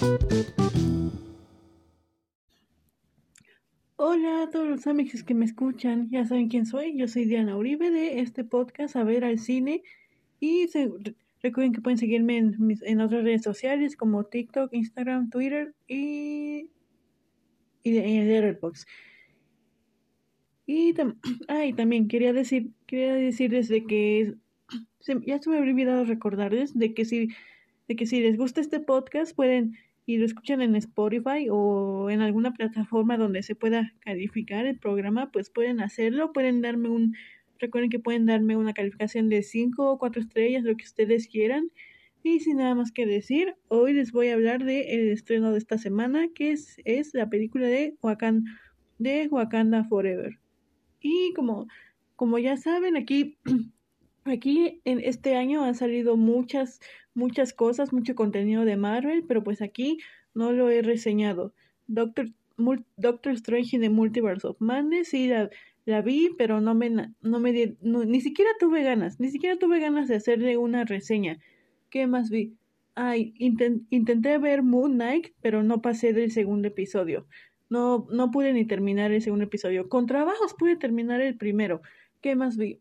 Hola a todos los amigos que me escuchan, ya saben quién soy, yo soy Diana Uribe de este podcast A Ver al Cine y recuerden que pueden seguirme en otras redes sociales como TikTok, Instagram, Twitter y en Letterboxd. Y, y también quería decirles de que ya se me había olvidado recordarles de que si les gusta este podcast pueden y lo escuchan en Spotify o en alguna plataforma donde se pueda calificar el programa, pues pueden hacerlo, recuerden que pueden darme una calificación de 5 o 4 estrellas, lo que ustedes quieran. Y sin nada más que decir, hoy les voy a hablar del estreno de esta semana, que es la película de Wakanda Forever. Y como ya saben, aquí en este año han salido muchas cosas, mucho contenido de Marvel, pero pues aquí no lo he reseñado. Doctor Strange in the Multiverse of Madness, sí la vi, pero ni siquiera tuve ganas de hacerle una reseña. ¿Qué más vi? Intenté ver Moon Knight, pero no pasé del segundo episodio. No pude ni terminar el segundo episodio. Con trabajos pude terminar el primero. ¿Qué más vi?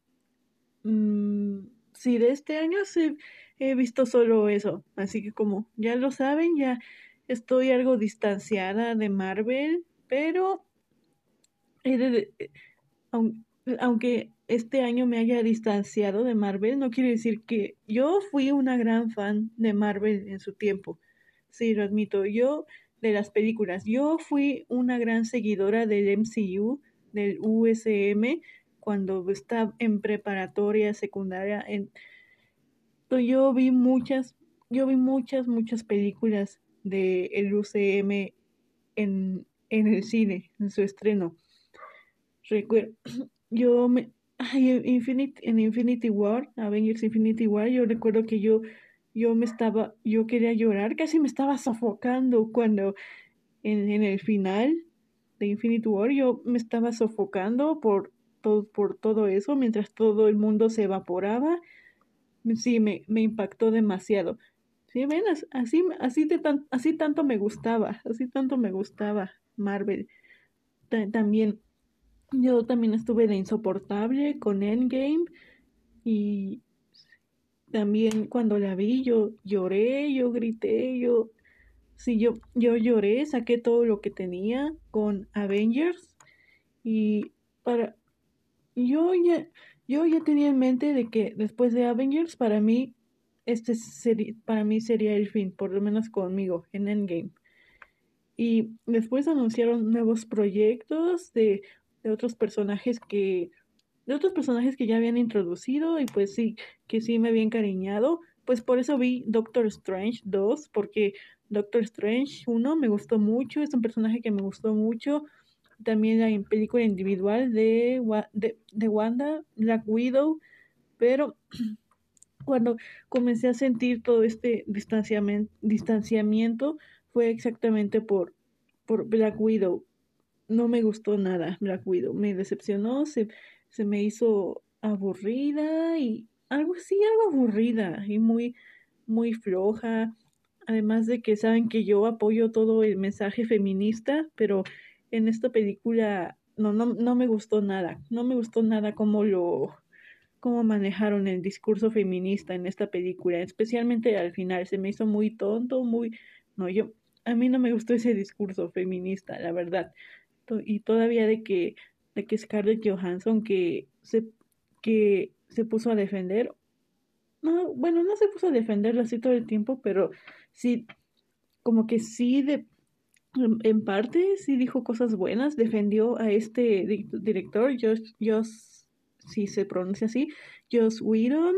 Sí, de este año sí he visto solo eso, así que como ya lo saben, ya estoy algo distanciada de Marvel, pero he de- aun- aunque este año me haya distanciado de Marvel, no quiere decir que yo fui una gran fan de Marvel en su tiempo. Sí, lo admito, yo de las películas, yo fui una gran seguidora del MCU, del USM, cuando estaba en preparatoria, secundaria, yo vi muchas películas de el UCM en el cine, en su estreno. Recuerdo, yo me, ay, en Infinity War, Avengers Infinity War, yo recuerdo que yo quería llorar, casi me estaba sofocando cuando en el final de Infinity War yo me estaba sofocando por todo eso, mientras todo el mundo se evaporaba. Sí, me impactó demasiado. Sí, ven, así tanto me gustaba Marvel. También, yo también estuve de insoportable con Endgame y también cuando la vi yo lloré, yo grité, sí, yo lloré, saqué todo lo que tenía con Avengers y para, Yo ya, yo ya tenía en mente de que después de Avengers, para mí sería el fin, por lo menos conmigo, en Endgame. Y después anunciaron nuevos proyectos de otros personajes de otros personajes que ya habían introducido y pues sí, que sí me había encariñado. Pues por eso vi Doctor Strange 2 porque Doctor Strange 1 me gustó mucho, es un personaje que me gustó mucho. También la película individual de Wanda, Black Widow, pero cuando comencé a sentir todo este distanciamiento fue exactamente por Black Widow. No me gustó nada Black Widow, me decepcionó, se me hizo aburrida y algo aburrida y muy floja. Además de que saben que yo apoyo todo el mensaje feminista, pero en esta película no me gustó nada. No me gustó nada cómo manejaron el discurso feminista en esta película, especialmente al final. Se me hizo muy tonto, no, a mí no me gustó ese discurso feminista, la verdad. Y todavía de que Scarlett Johansson que se puso a defender, no, bueno, no se puso a defenderla así todo el tiempo, pero sí, como que sí, en parte sí dijo cosas buenas, defendió a este director, si se pronuncia así, Joss Whedon,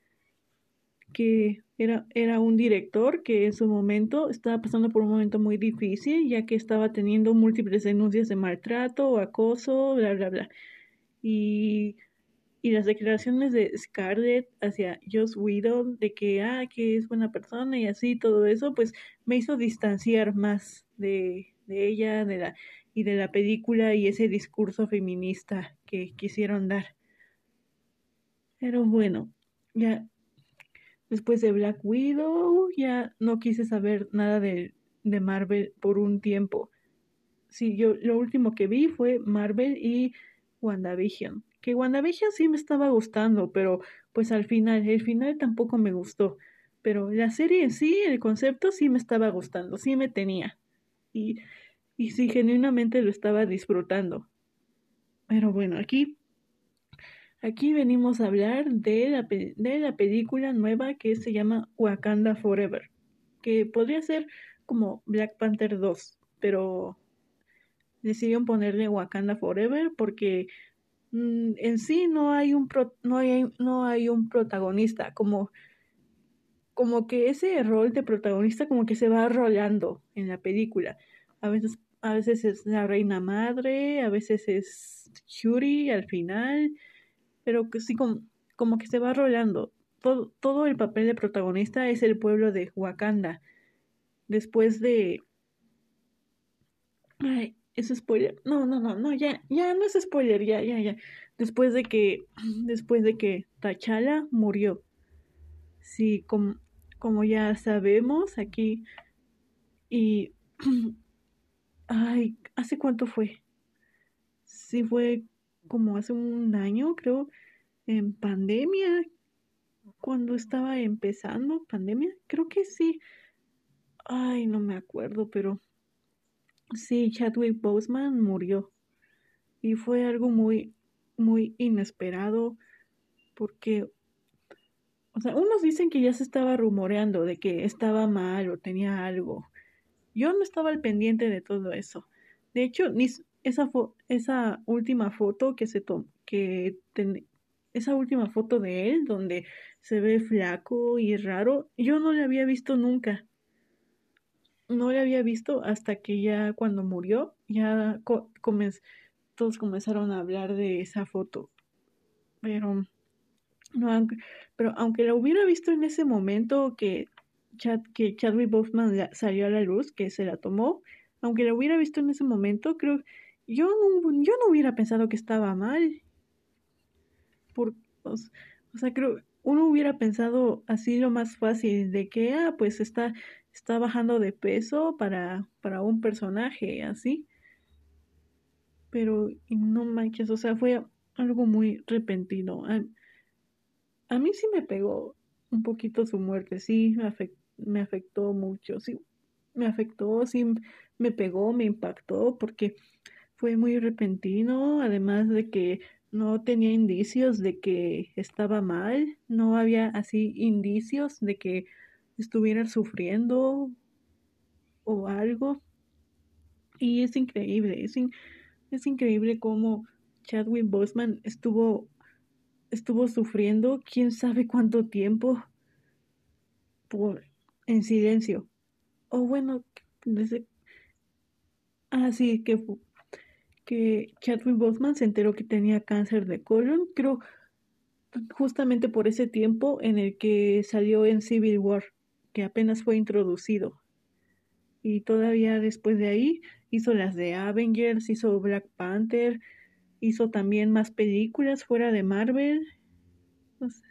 que era un director que en su momento estaba pasando por un momento muy difícil, ya que estaba teniendo múltiples denuncias de maltrato, acoso, bla, bla, bla. Y y las declaraciones de Scarlett hacia Joss Whedon de que es buena persona y así, todo eso, pues me hizo distanciar más de ella, y de la película y ese discurso feminista que quisieron dar. Pero bueno, ya Después de Black Widow, ya no quise saber nada de Marvel por un tiempo. Sí, yo lo último que vi fue Marvel y WandaVision. Que WandaVision sí me estaba gustando, pero pues el final tampoco me gustó. Pero la serie en sí, el concepto sí me estaba gustando, sí me tenía. Y, y sí, genuinamente lo estaba disfrutando. Pero bueno, aquí venimos a hablar de la película nueva que se llama Wakanda Forever, que podría ser como Black Panther 2, pero decidieron ponerle Wakanda Forever porque en sí no hay un protagonista, como que ese rol de protagonista como que se va rolando en la película. A veces es la reina madre, a veces es Shuri al final, pero que sí como que se va rolando. Todo el papel de protagonista es el pueblo de Wakanda. Después de... Ay, ¿es spoiler? No, ya no es spoiler, ya. Después de que, después de que T'Challa murió. Sí, como ya sabemos aquí, y ay, ¿hace cuánto fue? Sí, fue como hace un año, creo, en pandemia, cuando estaba empezando pandemia, creo que sí. Ay, no me acuerdo, pero sí, Chadwick Boseman murió y fue algo muy inesperado porque, o sea, unos dicen que ya se estaba rumoreando de que estaba mal o tenía algo. Yo no estaba al pendiente de todo eso. De hecho, esa última foto que se tomó, esa última foto de él donde se ve flaco y raro, yo no la había visto nunca. No la había visto hasta que ya cuando murió, ya todos comenzaron a hablar de esa foto. Pero no, pero aunque la hubiera visto en ese momento que Chadwick Boseman salió a la luz, que se la tomó, aunque la hubiera visto en ese momento, creo, yo no hubiera pensado que estaba mal. Por, o sea, creo, uno hubiera pensado así lo más fácil, de que, pues está bajando de peso para un personaje, así. Pero y no manches, o sea, fue algo muy repentino. A mí sí me pegó un poquito su muerte, sí, me afectó mucho, sí, me afectó, sí, me pegó, me impactó, porque fue muy repentino, además de que no tenía indicios de que estaba mal, no había así indicios de que estuviera sufriendo o algo, y es increíble, es increíble cómo Chadwick Boseman estuvo sufriendo quién sabe cuánto tiempo por, en silencio. O bueno, desde, sí, que Chadwick Boseman se enteró que tenía cáncer de colon, creo justamente por ese tiempo en el que salió en Civil War, que apenas fue introducido. Y todavía después de ahí hizo las de Avengers, hizo Black Panther, hizo también más películas fuera de Marvel. No sé,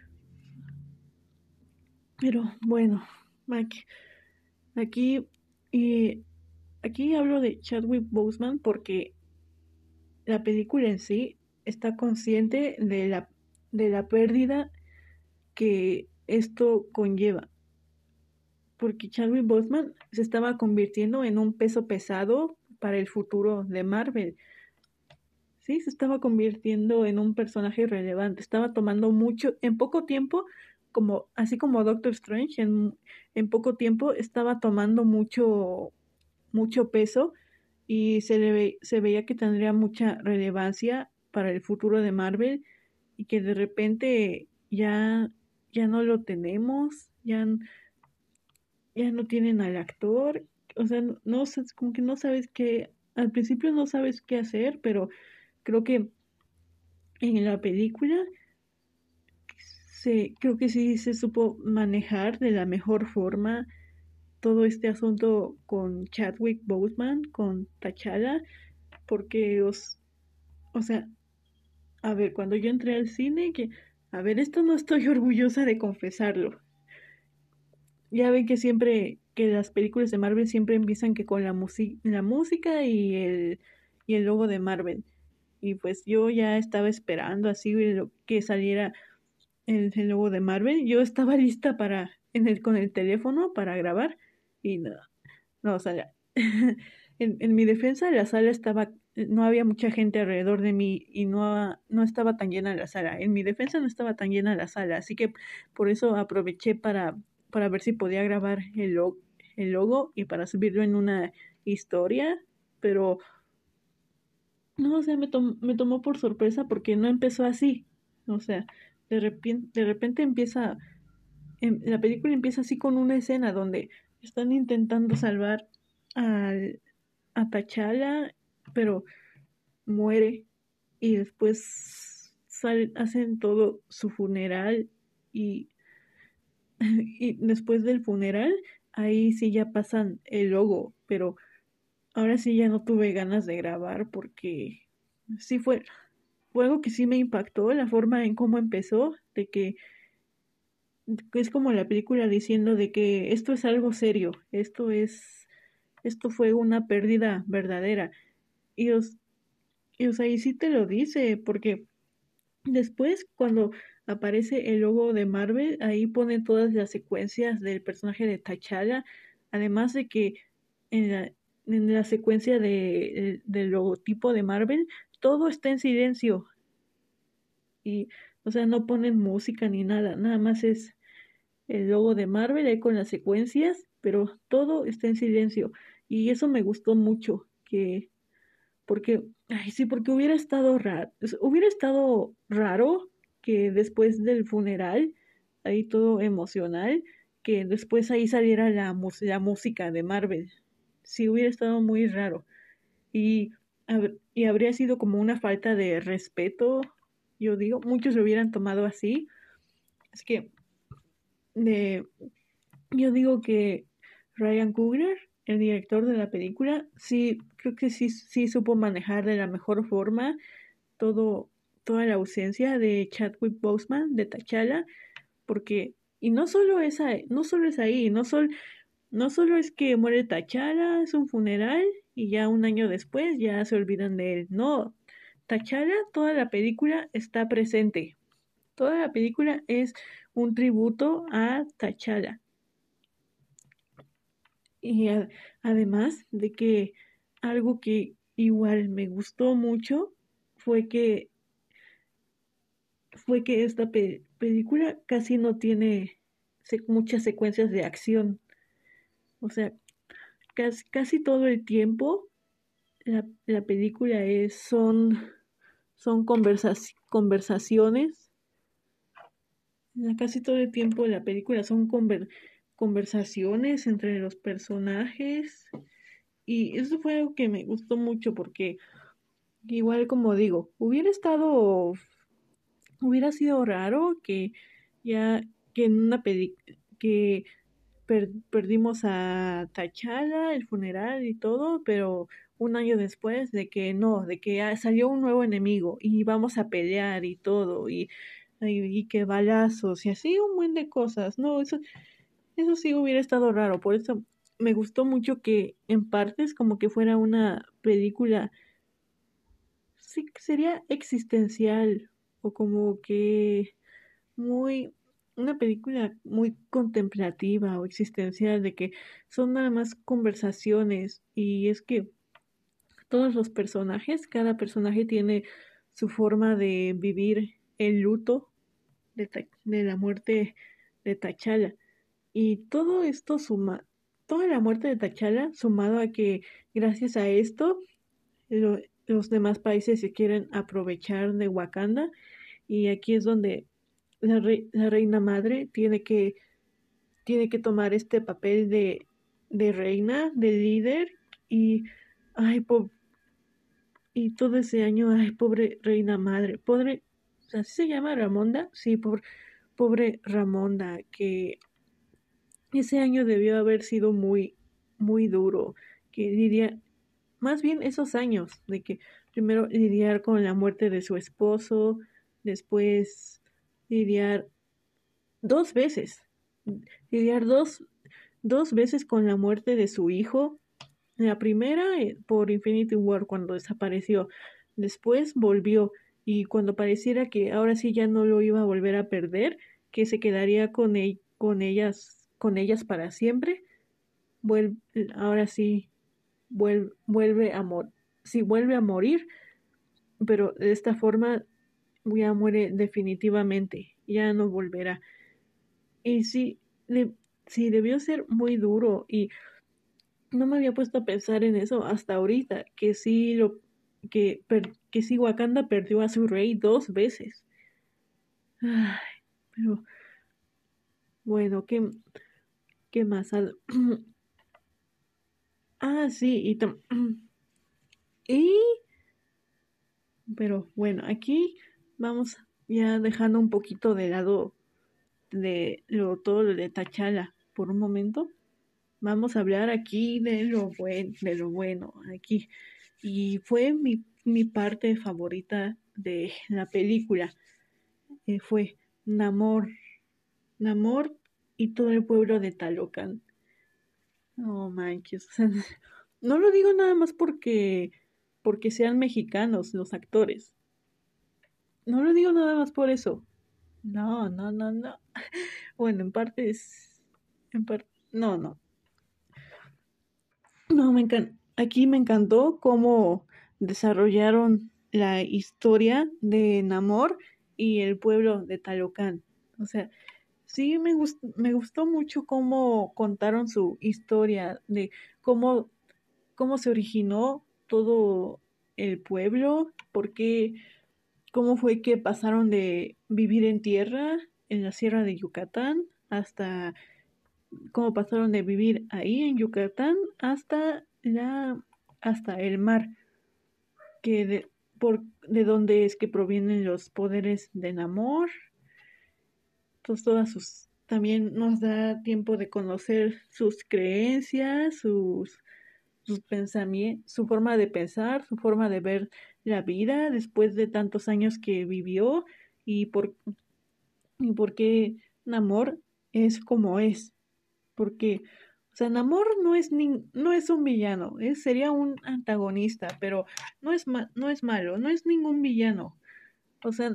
pero bueno, aquí, aquí, y aquí hablo de Chadwick Boseman porque la película en sí está consciente de la pérdida que esto conlleva, porque Chadwick Boseman se estaba convirtiendo en un peso pesado para el futuro de Marvel. Sí, se estaba convirtiendo en un personaje relevante, estaba tomando mucho, en poco tiempo, así como Doctor Strange, en poco tiempo estaba tomando mucho peso y se veía que tendría mucha relevancia para el futuro de Marvel y que de repente ya no lo tenemos, ya no tienen al actor, o sea, no sé, como que no sabes qué, al principio no sabes qué hacer, pero creo que en la película creo que sí se supo manejar de la mejor forma todo este asunto con Chadwick Boseman, con T'Challa, porque o sea, a ver, cuando yo entré al cine, a ver, esto no estoy orgullosa de confesarlo. ya ven que siempre, que las películas de Marvel siempre empiezan que con la música y el logo de Marvel. Y pues yo ya estaba esperando así que saliera el logo de Marvel. Yo estaba lista con el teléfono para grabar y no, no, o sea, en mi defensa la sala estaba, no había mucha gente alrededor de mí y no estaba tan llena la sala. En mi defensa no estaba tan llena la sala, así que por eso aproveché para ver si podía grabar el logo y para subirlo en una historia, pero no, o sea, me tomó por sorpresa porque no empezó así. O sea, de repente la película empieza así con una escena donde están intentando salvar al, a T'Challa, pero muere y después hacen todo su funeral y, y después del funeral ahí sí ya pasan el logo, pero ahora sí ya no tuve ganas de grabar porque sí fue algo que sí me impactó la forma en cómo empezó, de que es como la película diciendo de que esto es algo serio, esto fue una pérdida verdadera. Y, o sea, y sí te lo dice, porque después cuando aparece el logo de Marvel, ahí pone todas las secuencias del personaje de T'Challa, además de que en en la secuencia del logotipo de Marvel, todo está en silencio y, o sea, no ponen música ni nada, nada más es el logo de Marvel ahí con las secuencias, pero todo está en silencio. Y eso me gustó mucho, porque, ay, sí, porque hubiera estado raro que después del funeral, ahí todo emocional, que después ahí saliera la música de Marvel. Sí, hubiera estado muy raro. Y, y habría sido como una falta de respeto, yo digo, muchos lo hubieran tomado así. Es que de, yo digo que Ryan Coogler, el director de la película, sí, creo que sí supo manejar de la mejor forma todo, toda la ausencia de Chadwick Boseman, de T'Challa, porque, y no solo es ahí, no solo es que muere T'Challa, es un funeral, y ya un año después ya se olvidan de él. No, T'Challa, toda la película está presente. Toda la película es un tributo a T'Challa. Y además de que algo que igual me gustó mucho fue que esta película casi no tiene muchas secuencias de acción. O sea, casi todo el tiempo la película son conversaciones. Casi todo el tiempo la película son conversaciones entre los personajes. Y eso fue algo que me gustó mucho porque igual como digo, hubiera sido raro que ya que en una que perdimos a T'Challa, el funeral y todo, pero un año después de que no, de que salió un nuevo enemigo y vamos a pelear y todo, y que balazos y así un buen de cosas. No, eso sí hubiera estado raro, por eso me gustó mucho que en partes como que fuera una película, sí, que sería existencial o como que muy, una película muy contemplativa o existencial, de que son nada más conversaciones y es que todos los personajes, cada personaje tiene su forma de vivir el luto de la muerte de T'Challa. Y todo esto toda la muerte de T'Challa sumado a que gracias a esto los demás países se quieren aprovechar de Wakanda y aquí es donde la reina madre tiene que tomar este papel de reina, de líder y, ay, y todo ese año, ay, pobre reina madre, ¿así se llama Ramonda? Sí, pobre Ramonda, que ese año debió haber sido muy duro, que lidiar, más bien esos años, de que primero lidiar con la muerte de su esposo, después lidiar dos veces, lidiar 2 veces con la muerte de su hijo. La primera por Infinity War cuando desapareció. Después volvió y cuando pareciera que ahora sí ya no lo iba a volver a perder, que se quedaría con ellas para siempre, vuelve, ahora sí vuelve a sí, vuelve a morir, pero de esta forma ya muere definitivamente, ya no volverá. Y sí, sí debió ser muy duro y no me había puesto a pensar en eso hasta ahorita, que sí Wakanda perdió a su rey 2 veces. Ay, pero bueno, ¿qué más? Sí, y pero bueno, aquí vamos ya dejando un poquito de lado todo lo de T'Challa por un momento. Vamos a hablar aquí de lo bueno, aquí. Y fue mi parte favorita de la película. Fue Namor. Namor y todo el pueblo de Talocan. No manches. O sea, no lo digo nada más porque sean mexicanos los actores. No lo digo nada más por eso. No, no, no, no. Bueno, en parte es. No, no. No, aquí me encantó cómo desarrollaron la historia de Namor y el pueblo de Talocán. O sea, sí me gustó mucho cómo contaron su historia de cómo, cómo se originó todo el pueblo, cómo fue que pasaron de vivir en tierra, en la Sierra de Yucatán, hasta cómo pasaron de vivir ahí en Yucatán hasta el mar, que de donde es que provienen los poderes de Namor. Entonces también nos da tiempo de conocer sus creencias, sus pensamientos, su forma de pensar, su forma de ver la vida después de tantos años que vivió y por qué Namor es como es. Porque, o sea, Namor no es un villano, sería un antagonista, pero no es malo, no es ningún villano. O sea,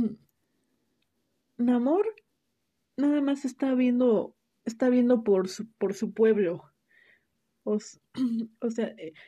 Namor nada más está viendo por su pueblo. O, s- o sea,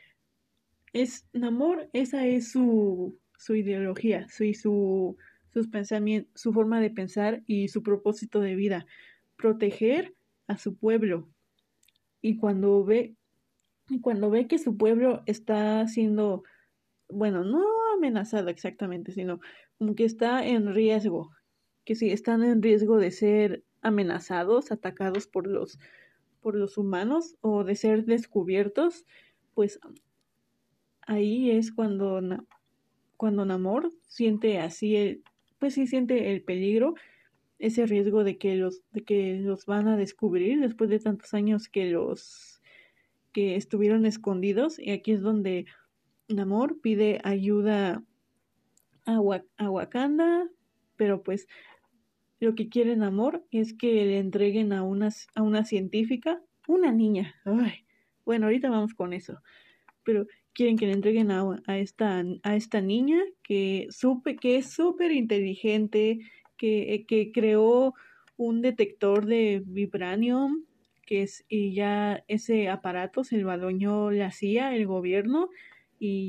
Namor, esa es su ideología, sus pensamientos, su forma de pensar y su propósito de vida, proteger a su pueblo. Y cuando ve que su pueblo está siendo, bueno, no amenazado exactamente, sino como que está en riesgo, que sí, están en riesgo de ser amenazados, atacados por los humanos o de ser descubiertos, pues ahí es cuando Namor siente así pues sí siente el peligro, ese riesgo de que los van a descubrir después de tantos años que estuvieron escondidos. Y aquí es donde Namor pide ayuda a Wakanda, pero pues lo que quiere Namor es que le entreguen a una científica, una niña. Ay, bueno, ahorita vamos con eso, pero quieren que le entreguen a esta niña que es súper inteligente, que creó un detector de vibranium, y ya ese aparato se lo adueñó la CIA, el gobierno, y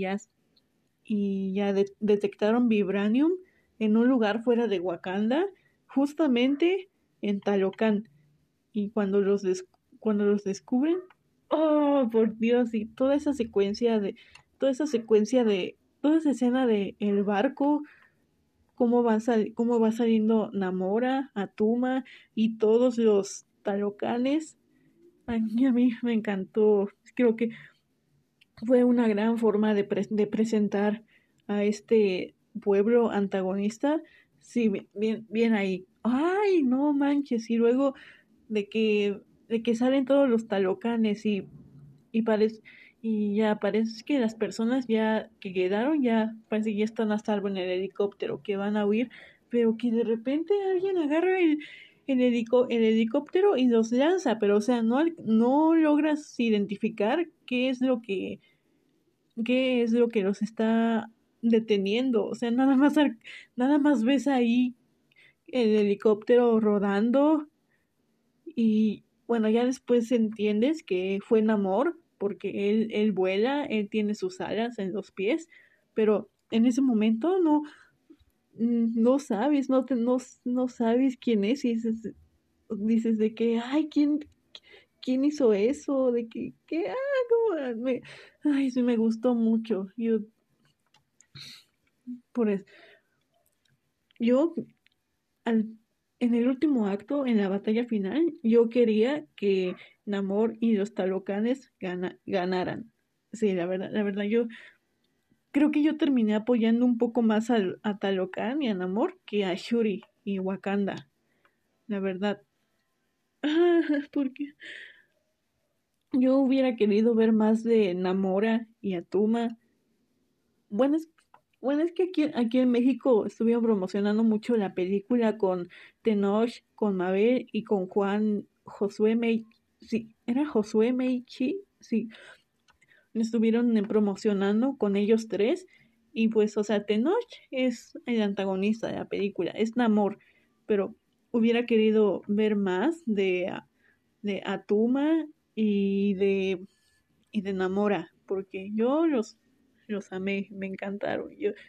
detectaron vibranium en un lugar fuera de Wakanda, justamente en Talocan. Y cuando los descubren, oh, por Dios, y toda esa escena de el barco, cómo va saliendo Namora, Atuma y todos los talocanes. Ay, a mí me encantó. Creo que fue una gran forma de presentar a este pueblo antagonista. Sí, bien ahí. Ay, no manches. Y luego de que salen todos los talocanes y parece, y ya parece que las personas ya que quedaron ya parece que ya están a salvo en el helicóptero, que van a huir, pero que de repente alguien agarra el helicóptero y los lanza, pero o sea, no logras identificar qué es lo que los está deteniendo. O sea, nada más ves ahí el helicóptero rodando y bueno, ya después entiendes que fue Namor, porque él vuela, él tiene sus alas en los pies, pero en ese momento no sabes, no sabes quién es y dices de que, ay, ¿quién hizo eso? De cómo ay, sí me gustó mucho. Por eso, yo al, en el último acto, en la batalla final, yo quería que Namor y los Talocanes ganaran. Sí, la verdad, yo creo que yo terminé apoyando un poco más a Talocan y a Namor que a Shuri y Wakanda, la verdad. Porque yo hubiera querido ver más de Namora y Atuma. Bueno, es que aquí en México estuvieron promocionando mucho la película con Tenoch, con Mabel y con Juan Josué Mei. Sí, era Josué Meichi. Sí, estuvieron promocionando con ellos tres. Y pues, o sea, Tenoch es el antagonista de la película, es Namor. Pero hubiera querido ver más de Atuma y de Namora, porque yo los amé, me encantaron.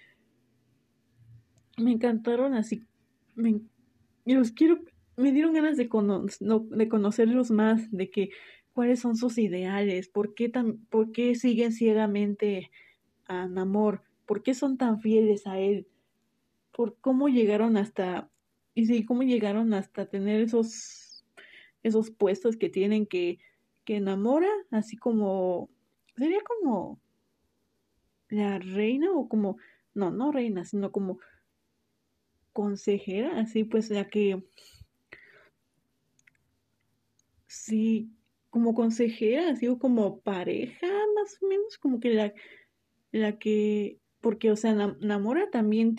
Me encantaron así. Me, y los quiero, me dieron ganas de conocerlos más, de que cuáles son sus ideales, por qué siguen ciegamente a Namor, por qué son tan fieles a él, por cómo llegaron hasta, y sí, cómo llegaron hasta tener esos puestos que tienen que enamora, así como, sería como la reina o como, no reina, sino como consejera, así pues la que, sí, como consejera, así o como pareja, más o menos, como que la que, porque, o sea, Namora también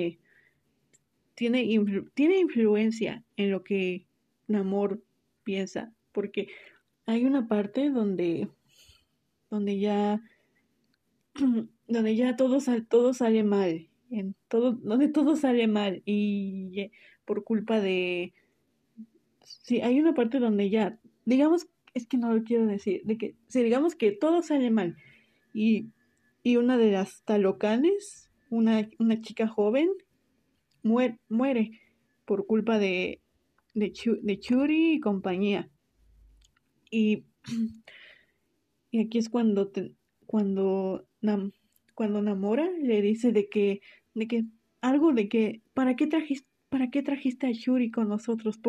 tiene influencia en lo que Namor piensa, porque hay una parte donde ya, donde ya todo sale mal, donde todo sale mal, y por culpa de. Sí, hay una parte donde ya, digamos, es que no lo quiero decir, de que, si digamos que todo sale mal y, y una de las talocanes, una chica joven, muere por culpa de Churi y compañía. Y, y aquí es cuando, cuando Namora le dice de que algo de que, para qué trajiste a Shuri con nosotros?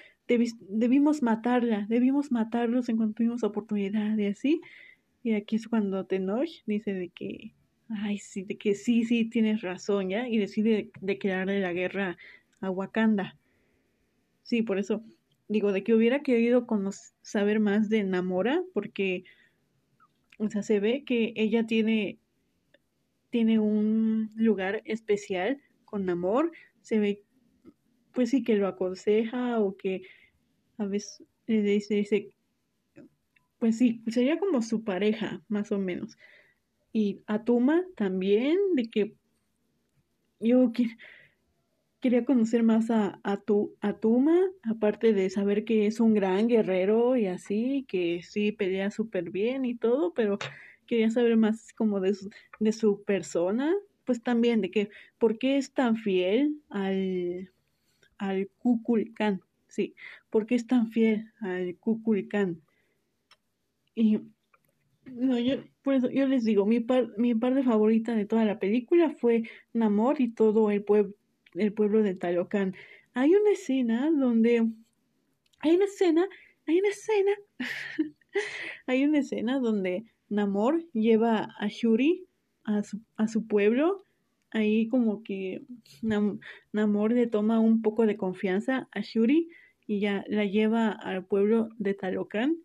Debimos matarlos en cuanto tuvimos oportunidad y así. Y aquí es cuando Tenoch dice de que, ay, sí, de que sí, sí, tienes razón, ¿ya? Y decide declararle la guerra a Wakanda. Sí, por eso digo, de que hubiera querido saber más de Namora, porque, o sea, se ve que ella tiene un lugar especial con Namor, se ve, pues sí, que lo aconseja o que a veces dice, pues sí, sería como su pareja, más o menos. Y Atuma también, de que yo quería conocer más a Tuma, aparte de saber que es un gran guerrero y así, que sí pelea súper bien y todo, pero quería saber más como de su persona, pues también de que por qué es tan fiel al Kukulcán, sí, por qué es tan fiel al Kukulcán. Y no, por eso yo les digo, mi parte favorita de toda la película fue Namor y todo el pueblo de Talocán. Hay una escena donde, hay una escena, hay una escena, hay una escena donde Namor lleva a Shuri a su pueblo. Ahí como que Namor le toma un poco de confianza a Shuri y ya la lleva al pueblo de Talocán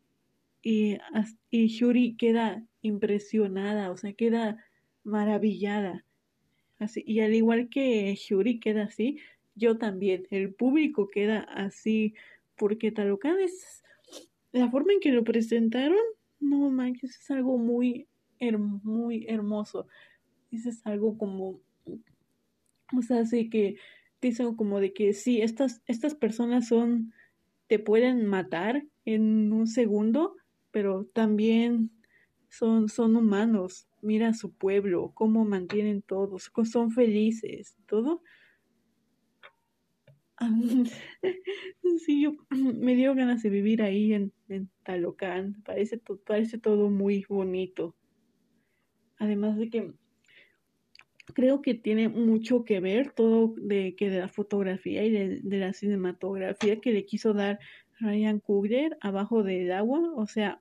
y Shuri queda impresionada, o sea, queda maravillada. Así, y al igual que Shuri queda así, yo también. El público queda así, porque Talocan es la forma en que lo presentaron, no manches, es algo muy hermoso. Es algo como, o sea, así que dicen como de que sí, estas personas te pueden matar en un segundo, pero también son humanos. Mira a su pueblo, cómo mantienen todos, son felices, todo. Sí, yo me dio ganas de vivir ahí en Talocán. Parece todo muy bonito. Además de que creo que tiene mucho que ver todo de la fotografía y de la cinematografía que le quiso dar Ryan Coogler abajo del agua. O sea,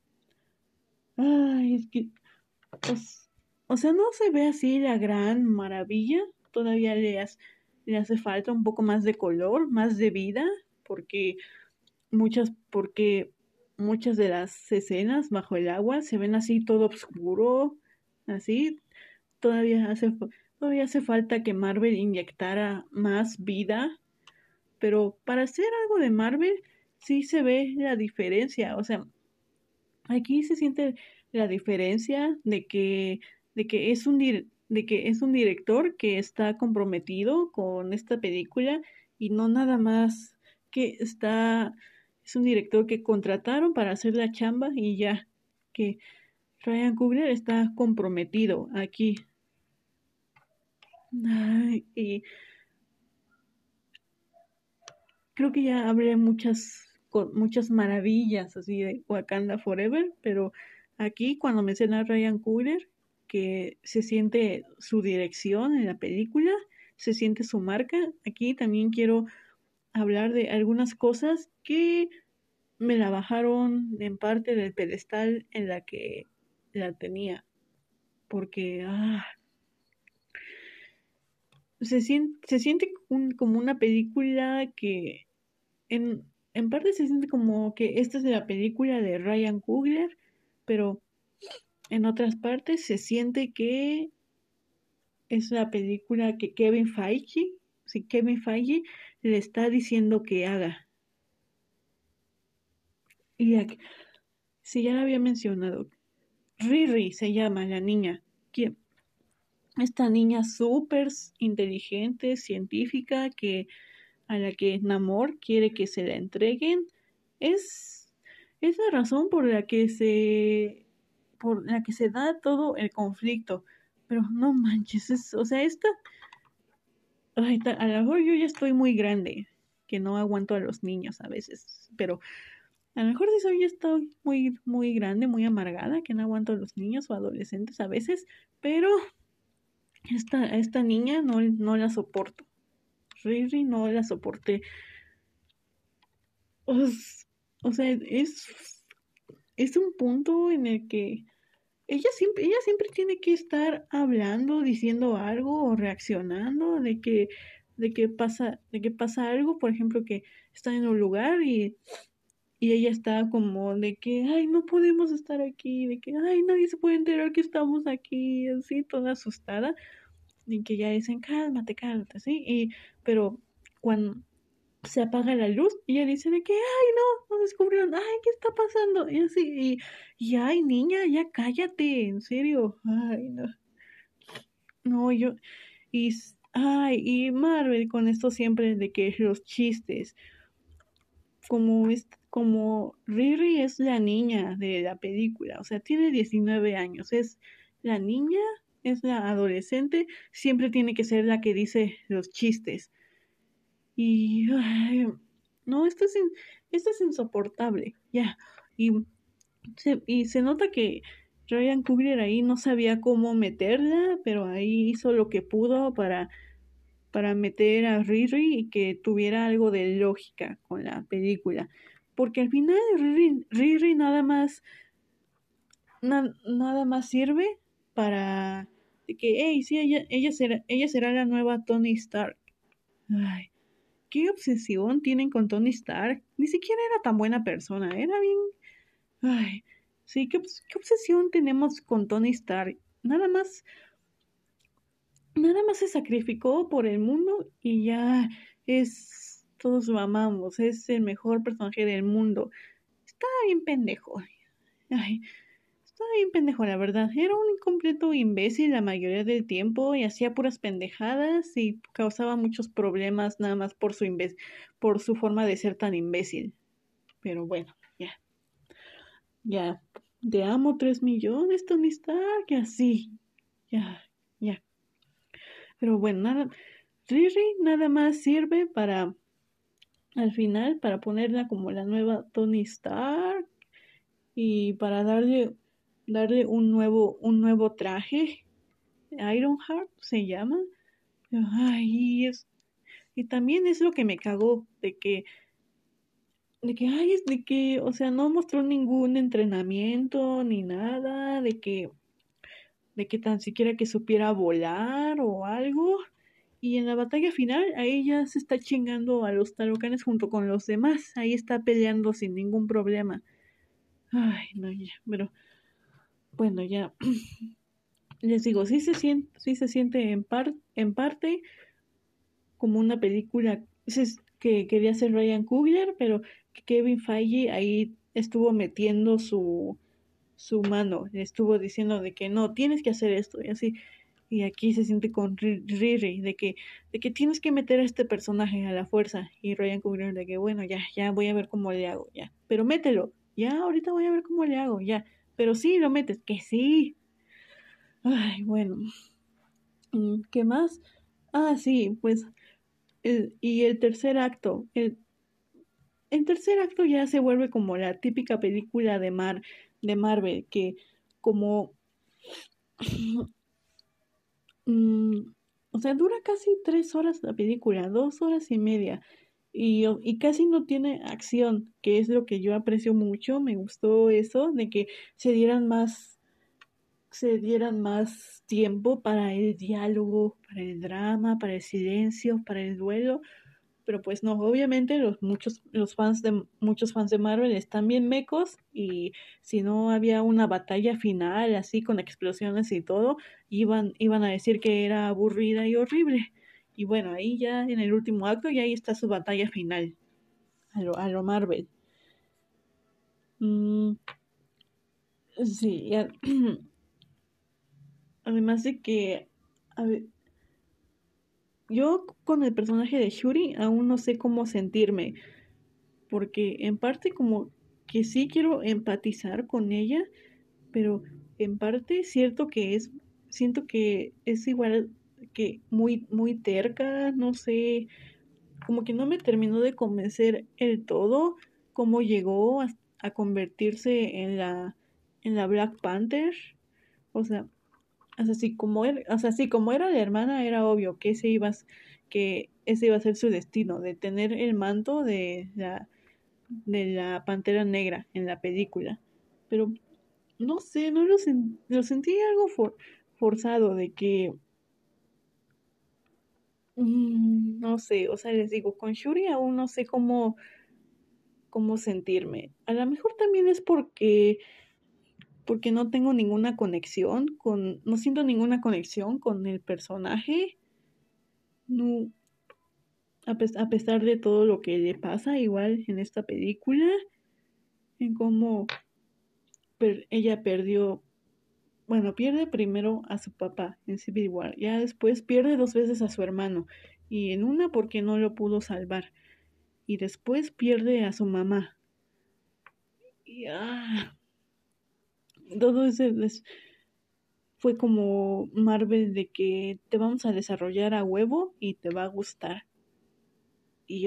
ay, es que, pues, o sea, no se ve así la gran maravilla. Todavía le hace falta un poco más de color, más de vida, porque porque muchas de las escenas bajo el agua se ven así todo oscuro, así. Todavía todavía hace falta que Marvel inyectara más vida, pero para hacer algo de Marvel sí se ve la diferencia. O sea, aquí se siente la diferencia de que de que es un director que está comprometido con esta película y no nada más que es un director que contrataron para hacer la chamba y ya, que Ryan Coogler está comprometido aquí. Ay, y creo que ya hablé muchas maravillas así de Wakanda Forever, pero aquí cuando menciona a Ryan Coogler, que se siente su dirección en la película, se siente su marca, aquí también quiero hablar de algunas cosas que me la bajaron en parte del pedestal en la que la tenía, porque se siente como una película que en parte se siente como que esta es la película de Ryan Coogler, pero en otras partes se siente que es la película que Kevin Feige le está diciendo que haga. Y aquí, si ya lo había mencionado, Riri se llama la niña, que esta niña súper inteligente, científica, que a la que Namor quiere que se la entreguen, es, es la razón por la que se da todo el conflicto. Pero no manches, o sea, a lo mejor yo ya estoy muy grande, que no aguanto a los niños a veces, pero a lo mejor sí ya estoy muy grande, muy amargada, que no aguanto a los niños o adolescentes a veces, pero a esta niña no la soporto. Riri no la soporté. Os- o sea, es un punto en el que ella siempre tiene que estar hablando, diciendo algo o reaccionando de que pasa algo, por ejemplo, que está en un lugar y ella está como de que, ay, no podemos estar aquí, de que, ay, nadie se puede enterar que estamos aquí, así, toda asustada, y que ya dicen, cálmate, cálmate, ¿sí? Pero cuando se apaga la luz y ella dice de que, ay, no, nos descubrieron, ay, ¿qué está pasando? Y así, ay, niña, ya cállate, en serio, ay, no, no, y Marvel con esto siempre de que los chistes, como Riri es la niña de la película, o sea, tiene 19 años, es la niña, es la adolescente, siempre tiene que ser la que dice los chistes. Y ay, no, esto es insoportable, ya. Y y se nota que Ryan Coogler ahí no sabía cómo meterla, pero ahí hizo lo que pudo para meter a Riri y que tuviera algo de lógica con la película. Porque al final Riri nada más sirve para de que, hey, sí, ella será la nueva Tony Stark. Ay, qué obsesión tienen con Tony Stark. Ni siquiera era tan buena persona, era bien. Ay, sí, qué obsesión tenemos con Tony Stark. Nada más, nada más se sacrificó por el mundo y ya todos lo amamos, es el mejor personaje del mundo. Está bien pendejo. Ay, está bien pendejo, la verdad. Era un completo imbécil la mayoría del tiempo y hacía puras pendejadas y causaba muchos problemas nada más por por su forma de ser tan imbécil. Pero bueno, ya, ya. Te amo 3 millones, Tony Stark, y así. Ya, ya. Pero bueno, Riri nada más sirve para, al final, para ponerla como la nueva Tony Stark y para darle un nuevo traje. Ironheart se llama. Ay, y también es lo que me cagó, de que, o sea, no mostró ningún entrenamiento ni nada, de que tan siquiera que supiera volar o algo. Y en la batalla final, ahí ya se está chingando a los Talocanes junto con los demás. Ahí está peleando sin ningún problema. Ay, no, ya, pero bueno, ya les digo, sí se siente en parte como una película que quería hacer Ryan Coogler, pero que Kevin Feige ahí estuvo metiendo su mano, le estuvo diciendo de que no, tienes que hacer esto y así. Y aquí se siente con Riri, de que tienes que meter a este personaje a la fuerza. Y Ryan Coogler de que, bueno, ya voy a ver cómo le hago, ya. Pero mételo, ya, ahorita voy a ver cómo le hago, ya. Pero sí, lo metes, que sí. Ay, bueno. ¿Qué más? Ah, sí, pues, y el tercer acto. El tercer acto ya se vuelve como la típica película de Marvel, que como Mm, o sea, dura casi 3 horas la película, 2 horas y media. Y casi no tiene acción, que es lo que yo aprecio mucho. Me gustó eso, de que se dieran se dieran más tiempo para el diálogo, para el drama, para el silencio, para el duelo. Pero pues no, obviamente muchos fans de Marvel están bien mecos y si no había una batalla final así con explosiones y todo, iban a decir que era aburrida y horrible. Y bueno, ahí ya en el último acto ya ahí está su batalla final, a lo Marvel. Mm, sí, además de que a ver, yo con el personaje de Shuri aún no sé cómo sentirme, porque en parte como que sí quiero empatizar con ella, pero en parte siento que es igual que muy terca, no sé, como que no me terminó de convencer el todo cómo llegó a convertirse en la Black Panther, o sea, o sea, así como era la hermana, era obvio que que ese iba a ser su destino, de tener el manto de la Pantera Negra en la película. Pero no sé, no lo sentí algo forzado de que, no sé, o sea, les digo, con Shuri aún no sé cómo sentirme. A lo mejor también es porque no tengo ninguna conexión no siento ninguna conexión con el personaje, no, a pesar de todo lo que le pasa, igual en esta película, en cómo ella perdió. Bueno, pierde primero a su papá en Civil War, ya después pierde 2 veces a su hermano, y en una porque no lo pudo salvar, y después pierde a su mamá. Y todo fue como Marvel de que te vamos a desarrollar a huevo y te va a gustar. Y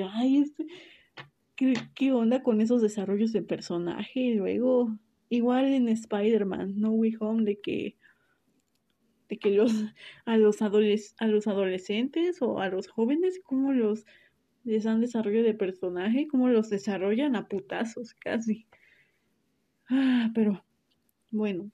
¿qué onda con esos desarrollos de personaje? Y luego, igual en Spider-Man, No Way Home, de que a los adolescentes o a los jóvenes, cómo les dan desarrollo de personaje, cómo los desarrollan a putazos casi. Pero bueno,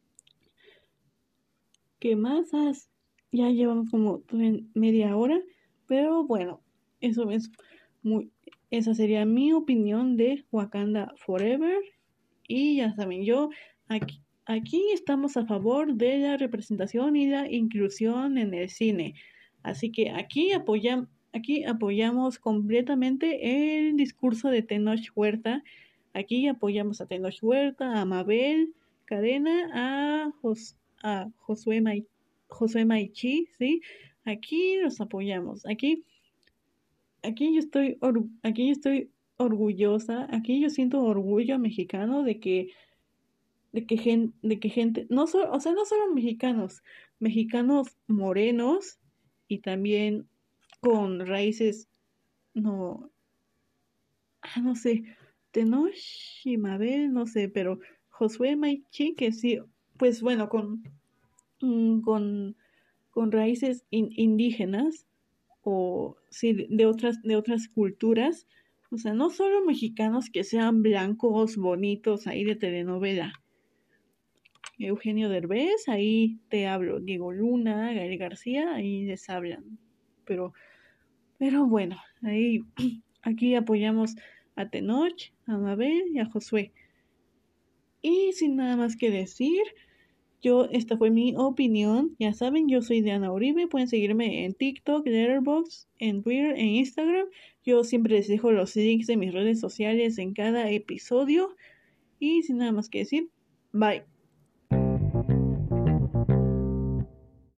¿qué más? Ya llevamos como media hora, pero bueno, eso es muy, esa sería mi opinión de Wakanda Forever. Y ya saben, yo aquí aquí estamos a favor de la representación y la inclusión en el cine. Así que aquí apoyamos completamente el discurso de Tenoch Huerta. Aquí apoyamos a Tenoch Huerta, a Mabel Cadena, a Josué Maichi, ¿sí? Aquí los apoyamos. Aquí yo estoy orgullosa. Aquí yo siento orgullo mexicano de que gente, no solo, o sea, no solo mexicanos, mexicanos morenos y también con raíces, no, no sé, Tenoch y Mabel, no sé, pero Josué Maichi, que sí, pues bueno, mm, con, con raíces indígenas o sí, de otras culturas, o sea, no solo mexicanos que sean blancos, bonitos ahí de telenovela. Eugenio Derbez, ahí te hablo. Diego Luna, Gael García, ahí les hablan. Pero, pero bueno, ahí aquí apoyamos a Tenoch, a Mabel y a Josué. Y sin nada más que decir, esta fue mi opinión. Ya saben, yo soy Diana Uribe. Pueden seguirme en TikTok, Letterboxd, en Twitter, en Instagram. Yo siempre les dejo los links de mis redes sociales en cada episodio. Y sin nada más que decir, bye.